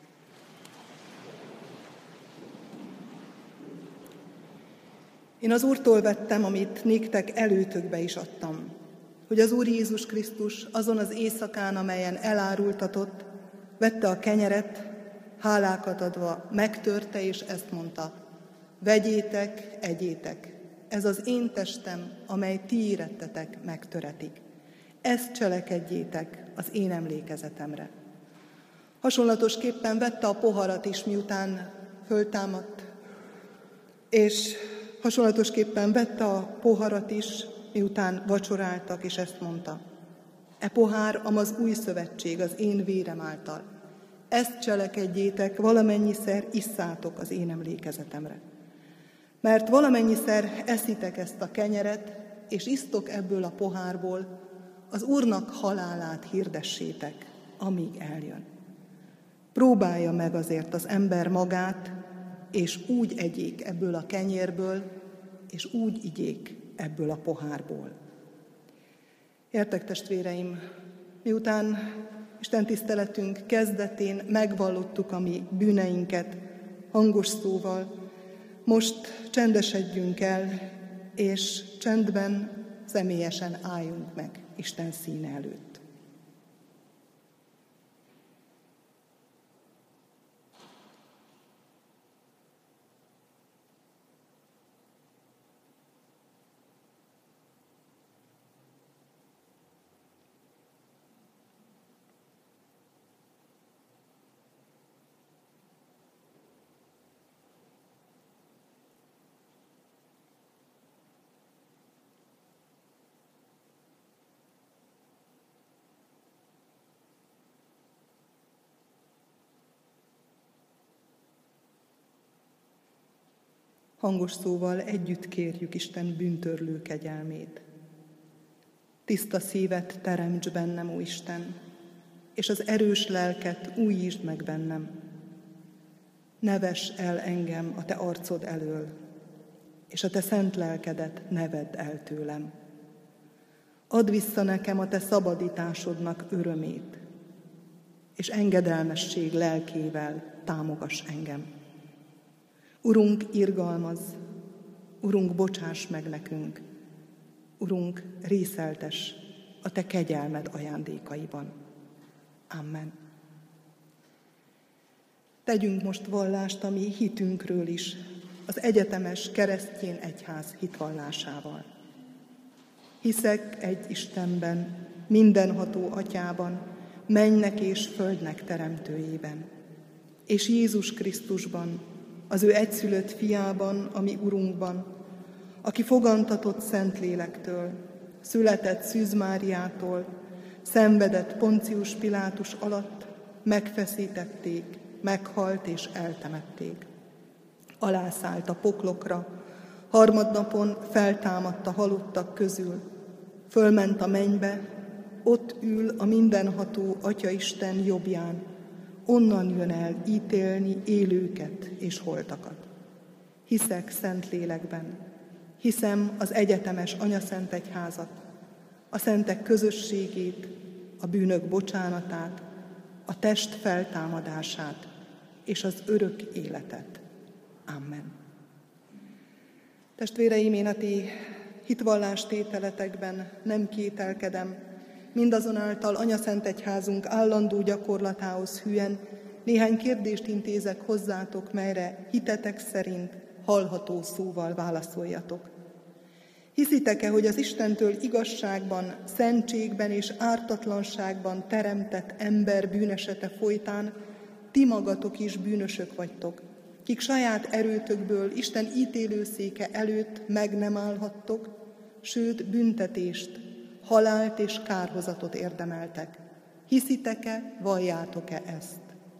Én az Úrtól vettem, amit néktek előtökbe is adtam, hogy az Úr Jézus Krisztus azon az éjszakán, amelyen elárultatott, Vette a kenyeret, hálákat adva megtörte, és ezt mondta: vegyétek, egyétek, ez az én testem, amely ti érettetek, megtöretik. Ezt cselekedjétek az én emlékezetemre. Hasonlatosképpen vette a poharat is, miután föltámadt, és hasonlatosképpen vette a poharat is, miután vacsoráltak, és ezt mondta: e pohár amaz új szövetség az én vérem által. Ezt cselekedjétek, valamennyiszer isszátok az én emlékezetemre. Mert valamennyiszer eszitek ezt a kenyeret, és isztok ebből a pohárból, az Úrnak halálát hirdessétek, amíg eljön. Próbálja meg azért az ember magát, és úgy egyék ebből a kenyérből, és úgy igyék ebből a pohárból. Értek, testvéreim, miután Isten tiszteletünk kezdetén megvallottuk a mi bűneinket hangos szóval, most csendesedjünk el, és csendben, személyesen álljunk meg Isten színe előtt. Hangos szóval együtt kérjük Isten bűntörlő kegyelmét. Tiszta szívet teremts bennem, ó Isten, és az erős lelket újítsd meg bennem. Ne vess el engem a te arcod elől, és a te szent lelkedet ne vedd el tőlem. Add vissza nekem a te szabadításodnak örömét, és engedelmesség lelkével támogass engem. Urunk, irgalmazz, Urunk, bocsáss meg nekünk, Urunk, részeltes a te kegyelmed ajándékaiban. Amen. Tegyünk most vallást a mi hitünkről is, az egyetemes keresztény egyház hitvallásával. Hiszek egy Istenben, mindenható Atyában, mennynek és földnek teremtőjében, és Jézus Krisztusban, az ő egyszülött fiában, a mi Urunkban, aki fogantatott Szentlélektől, született Szűz Máriától, szenvedett Poncius Pilátus alatt, megfeszítették, meghalt és eltemették. Alászállt a poklokra, harmadnapon feltámadt a halottak közül, fölment a mennybe, ott ül a mindenható Atyaisten jobbján, onnan jön el ítélni élőket és holtakat. Hiszek Szentlélekben, hiszem az egyetemes Anyaszent Egyházat, a szentek közösségét, a bűnök bocsánatát, a test feltámadását és az örök életet. Amen. Testvéreim, én a ti hitvallástételetekben nem kételkedem, mindazonáltal Anyaszent Egyházunk állandó gyakorlatához hűen néhány kérdést intézek hozzátok, melyre hitetek szerint hallható szóval válaszoljatok. Hiszitek-e, hogy az Istentől igazságban, szentségben és ártatlanságban teremtett ember bűnesete folytán ti magatok is bűnösök vagytok, kik saját erőtökből Isten ítélőszéke előtt meg nem állhattok, sőt büntetést, halált és kárhozatot érdemeltek. Hiszitek-e, valljátok-e ezt?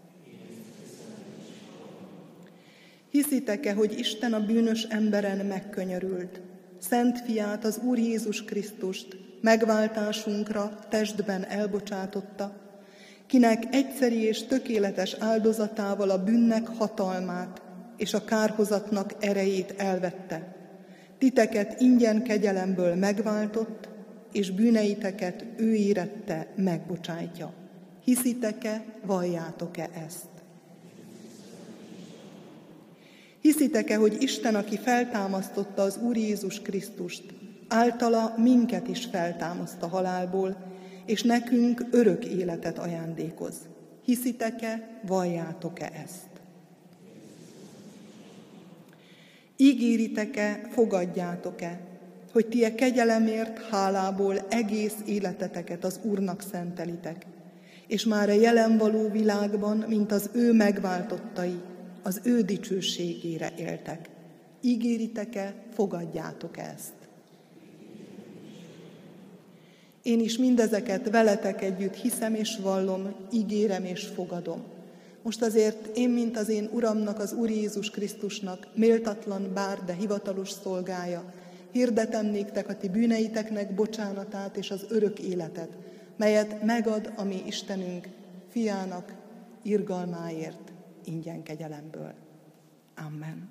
Hiszitek-e, hogy Isten a bűnös emberen megkönyörült, Szent Fiát, az Úr Jézus Krisztust megváltásunkra testben elbocsátotta, kinek egyszeri és tökéletes áldozatával a bűnnek hatalmát és a kárhozatnak erejét elvette, titeket ingyen kegyelemből megváltott, és bűneiteket ő érette megbocsájtja. Hiszitek-e, valljátok-e ezt? Hiszitek-e, hogy Isten, aki feltámasztotta az Úr Jézus Krisztust, általa minket is feltámaszt a halálból, és nekünk örök életet ajándékoz? Hiszitek-e, valljátok-e ezt? Ígéritek-e, fogadjátok-e, hogy ti e kegyelemért, hálából egész életeteket az Úrnak szentelitek, és már a jelen való világban, mint az ő megváltottai, az ő dicsőségére éltek. Ígéritek-e, fogadjátok ezt? Én is mindezeket veletek együtt hiszem és vallom, ígérem és fogadom. Most azért én, mint az én Uramnak, az Úr Jézus Krisztusnak, méltatlan bár, de hivatalos szolgája, hirdetem néktek a ti bűneiteknek bocsánatát és az örök életet, melyet megad a mi Istenünk, fiának irgalmáért, ingyen kegyelemből. Amen.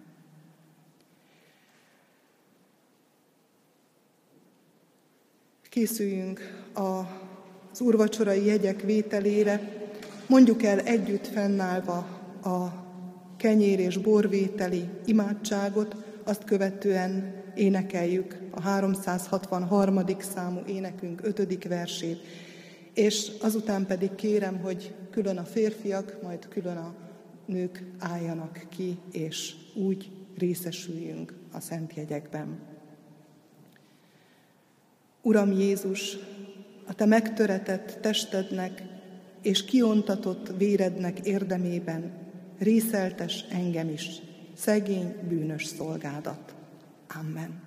Készüljünk az úrvacsorai jegyek vételére, mondjuk el együtt fennállva a kenyér és borvételi imádságot, azt követően énekeljük a háromszázhatvanharmadik számú énekünk ötödik versét, és azután pedig kérem, hogy külön a férfiak, majd külön a nők álljanak ki, és úgy részesüljünk a szent jegyekben. Uram Jézus, a te megtöretett testednek és kiontatott vérednek érdemében részeltes engem is, szegény, bűnös szolgádat. Amen.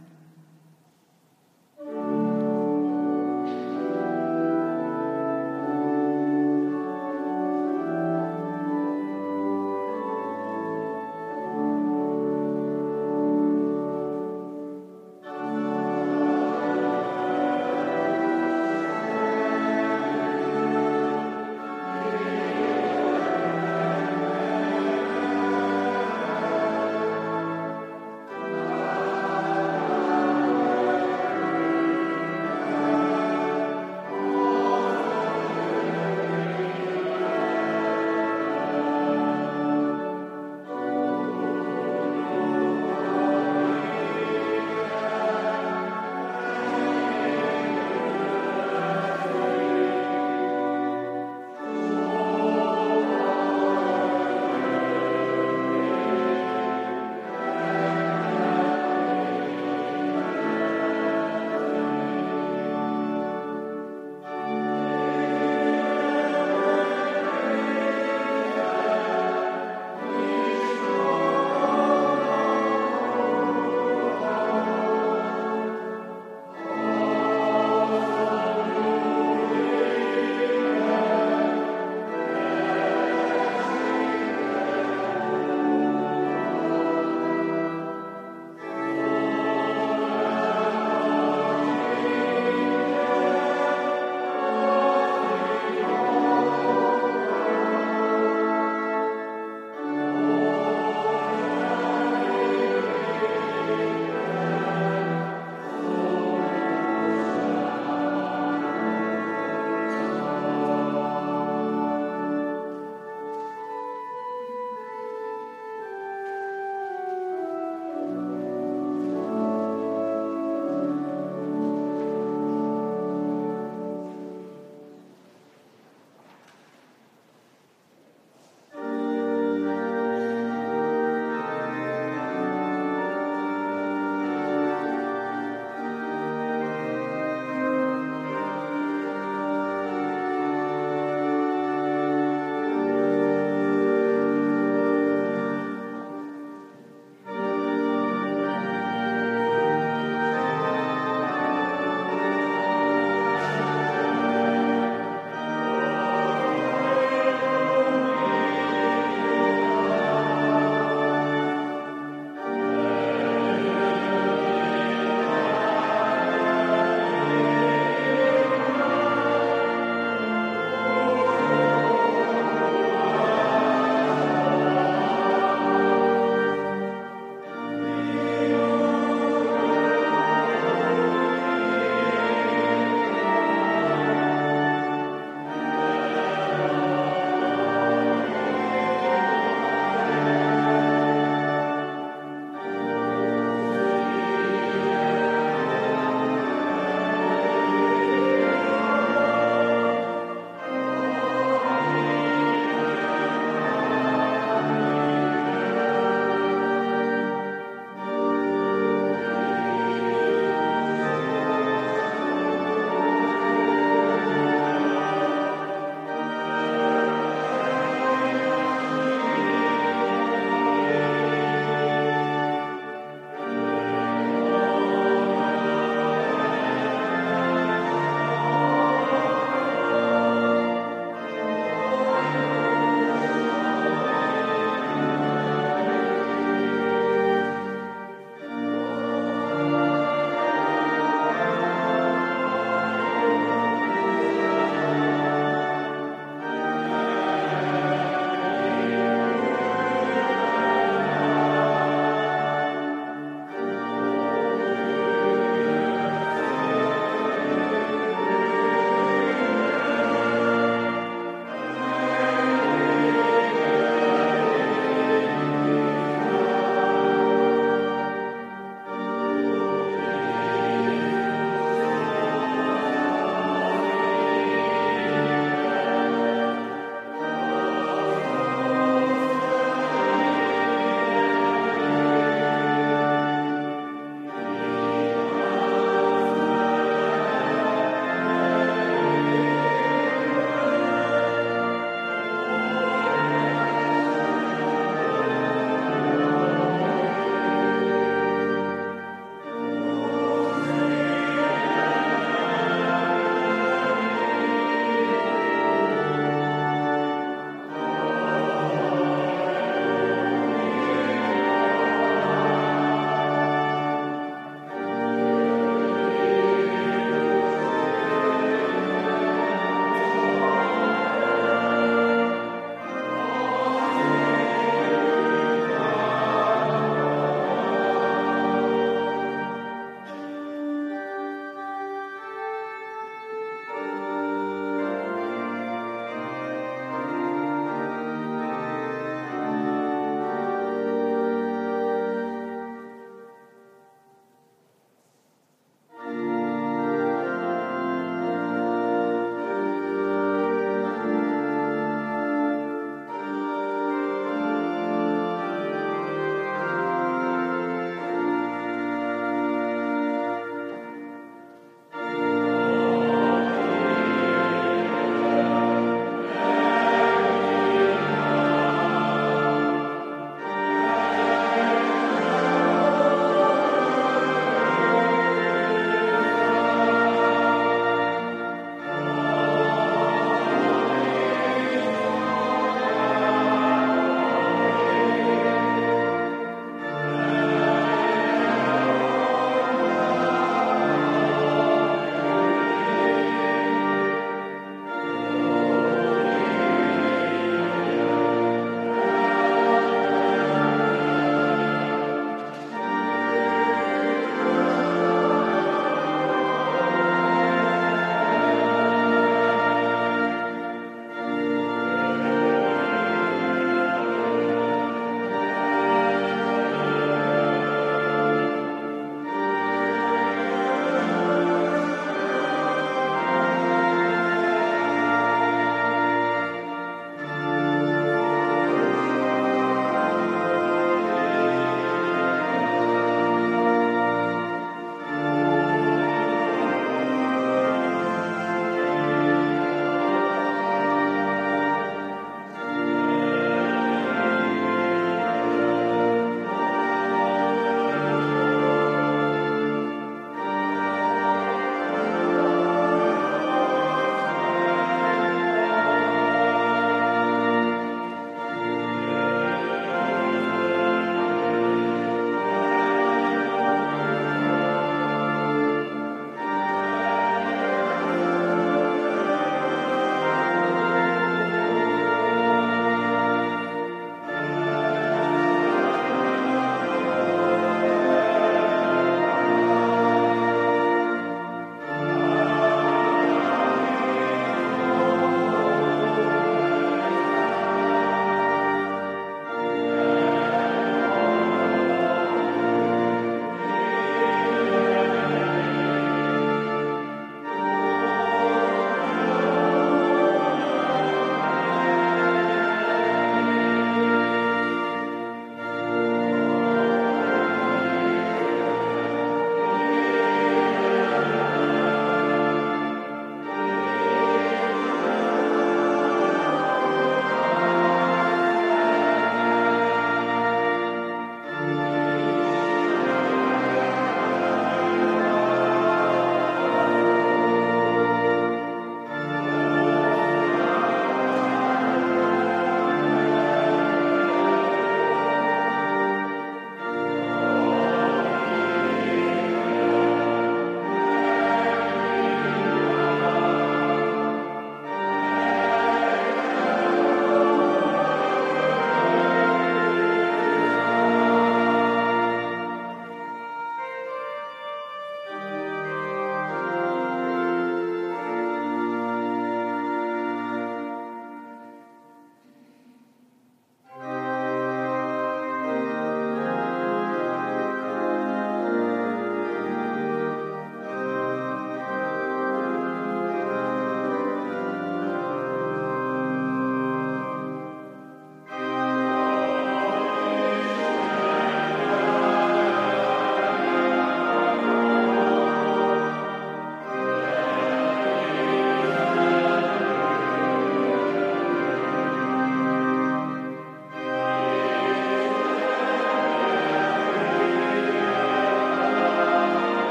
Amen.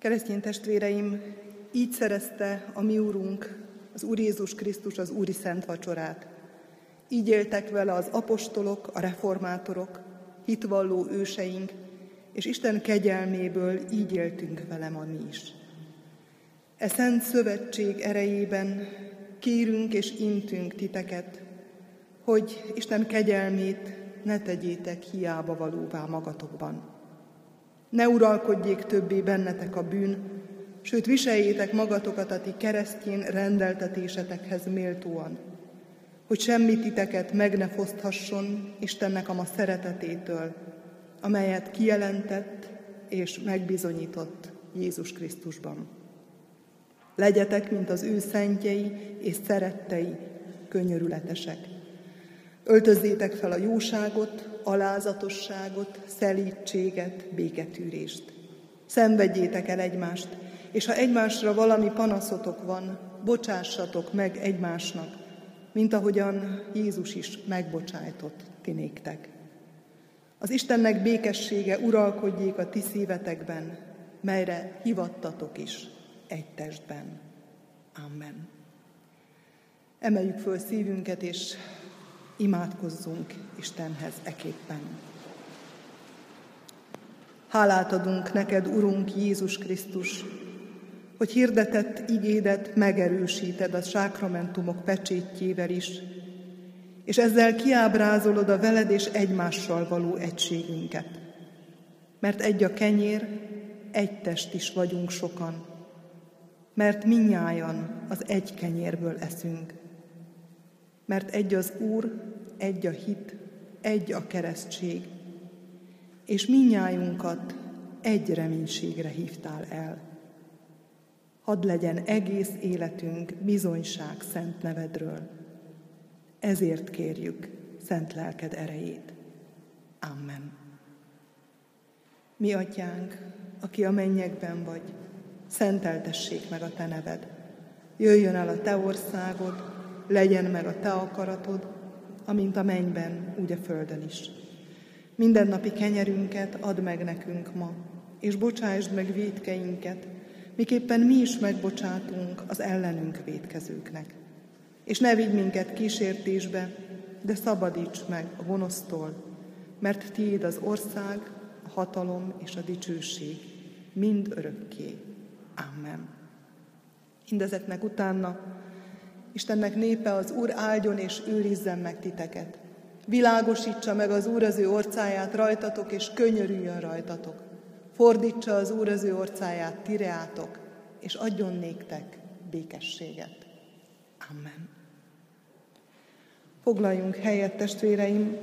Keresztény testvéreim, így szerezte a mi Úrunk, az Úr Jézus Krisztus az Úri Szent Vacsorát. Így éltek vele az apostolok, a reformátorok, hitvalló őseink, és Isten kegyelméből így éltünk vele ma mi is. E szent szövetség erejében kérünk és intünk titeket, hogy Isten kegyelmét ne tegyétek hiába valóvá magatokban. Ne uralkodjék többé bennetek a bűn, sőt viseljétek magatokat a ti keresztény rendeltetésetekhez méltóan, hogy semmi titeket meg ne foszthasson Istennek a ma szeretetétől, amelyet kijelentett és megbizonyított Jézus Krisztusban. Legyetek, mint az ő szentjei és szerettei, könyörületesek. Öltözzétek fel a jóságot, alázatosságot, szelídséget, béketűrést. Szenvedjétek el egymást, és ha egymásra valami panaszotok van, bocsássatok meg egymásnak, mint ahogyan Jézus is megbocsájtott ti néktek. Az Istennek békessége uralkodjék a ti szívetekben, melyre hivattatok is egy testben. Amen. Emeljük föl szívünket, és imádkozzunk Istenhez eképpen. Hálát adunk neked, Urunk Jézus Krisztus, hogy hirdetett igédet megerősíted a sákramentumok pecsétjével is, és ezzel kiábrázolod a veled és egymással való egységünket. Mert egy a kenyér, egy test is vagyunk sokan, mert mindnyájan az egy kenyérből eszünk. Mert egy az Úr, egy a hit, egy a keresztség, és mindnyájunkat egy reménységre hívtál el. Hadd legyen egész életünk bizonyság szent nevedről. Ezért kérjük szent lelked erejét. Amen. Mi atyánk, aki a mennyekben vagy, szenteltessék meg a te neved. Jöjjön el a te országod, legyen meg a te akaratod, amint a mennyben, úgy a földön is. Mindennapi kenyerünket add meg nekünk ma, és bocsásd meg vétkeinket, miképpen mi is megbocsátunk az ellenünk vétkezőknek. És ne vigy minket kísértésbe, de szabadíts meg a gonosztól, mert tiéd az ország, a hatalom és a dicsőség mind örökké. Amen. Mindezeknek utána Istennek népe, az Úr áldjon és őrizzen meg titeket. Világosítsa meg az Úr az ő orcáját rajtatok, és könyörüljön rajtatok. Fordítsa az Úr az ő orcáját tireátok, és adjon néktek békességet. Amen. Foglaljunk helyet, testvéreim!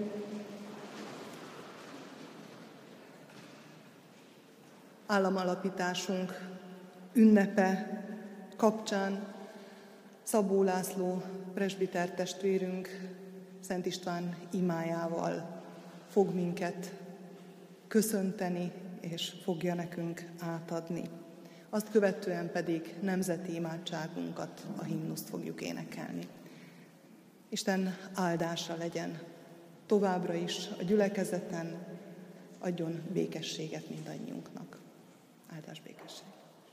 Államalapításunk ünnepe kapcsán Szabó László presbiter testvérünk Szent István imájával fog minket köszönteni, és fogja nekünk átadni. Azt követően pedig nemzeti imádságunkat, a himnuszt fogjuk énekelni. Isten áldása legyen továbbra is a gyülekezeten, adjon békességet mindannyiunknak. Áldás, békesség!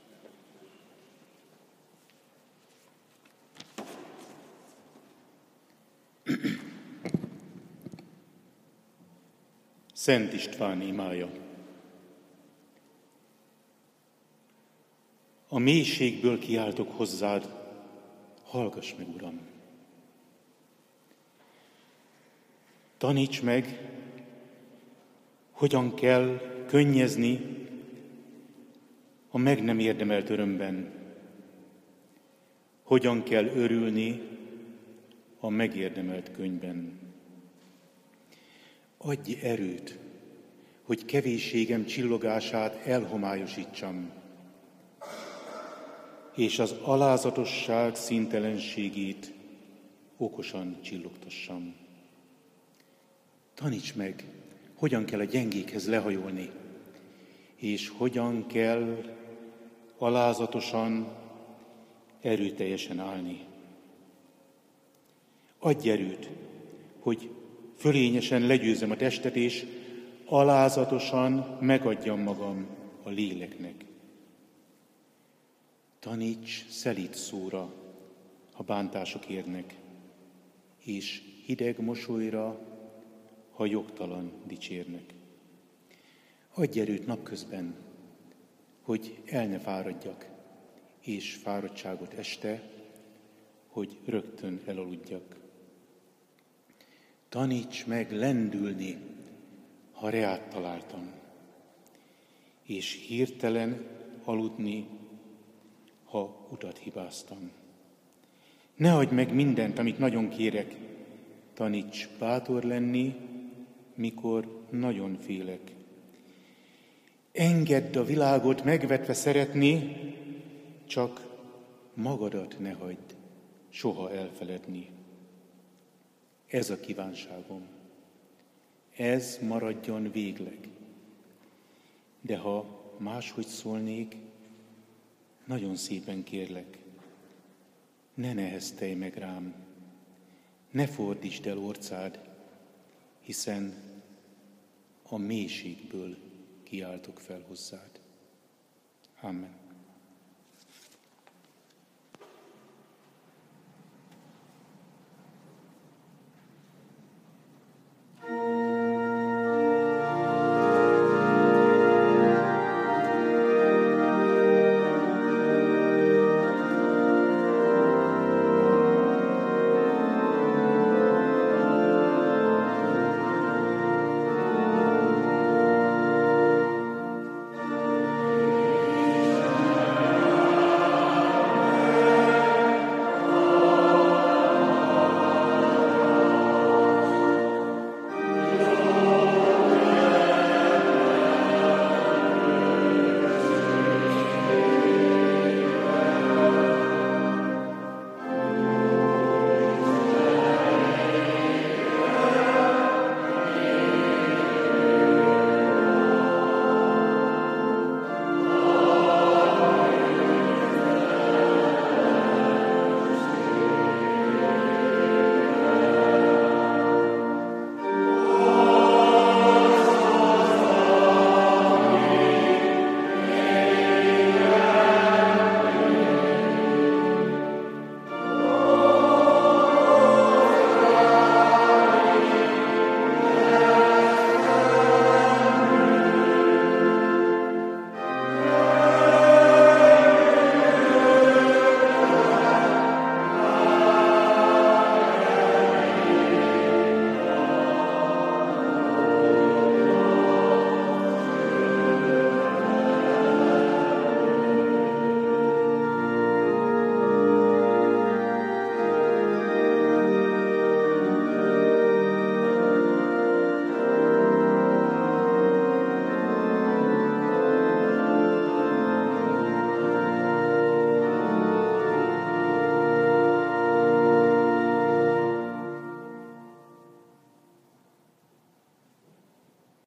Szent István imája. A mélységből kiáltok hozzád, hallgass meg, Uram! Taníts meg, hogyan kell könnyezni a meg nem érdemelt örömben, hogyan kell örülni a megérdemelt könyvben. Adj erőt, hogy kevésségem csillogását elhomályosítsam, és az alázatosság színtelenségét okosan csillogtassam. Taníts meg, hogyan kell a gyengékhez lehajolni, és hogyan kell alázatosan, erőteljesen állni. Adj erőt, hogy fölényesen legyőzzem a testet, és alázatosan megadjam magam a léleknek. Taníts szelíd szóra, ha bántások érnek, és hideg mosolyra, ha jogtalan dicsérnek. Adj erőt napközben, hogy el ne fáradjak, és fáradtságot este, hogy rögtön elaludjak. Taníts meg lendülni, ha reát találtam, és hirtelen aludni, ha utat hibáztam. Ne hagyd meg mindent, amit nagyon kérek, taníts bátor lenni, mikor nagyon félek. Engedd a világot megvetve szeretni, csak magadat ne hagyd soha elfeledni. Ez a kívánságom. Ez maradjon végleg. De ha máshogy szólnék, nagyon szépen kérlek, ne neheztelj meg rám, ne fordítsd el orcád, hiszen a mélységből kiáltok fel hozzád. Amen.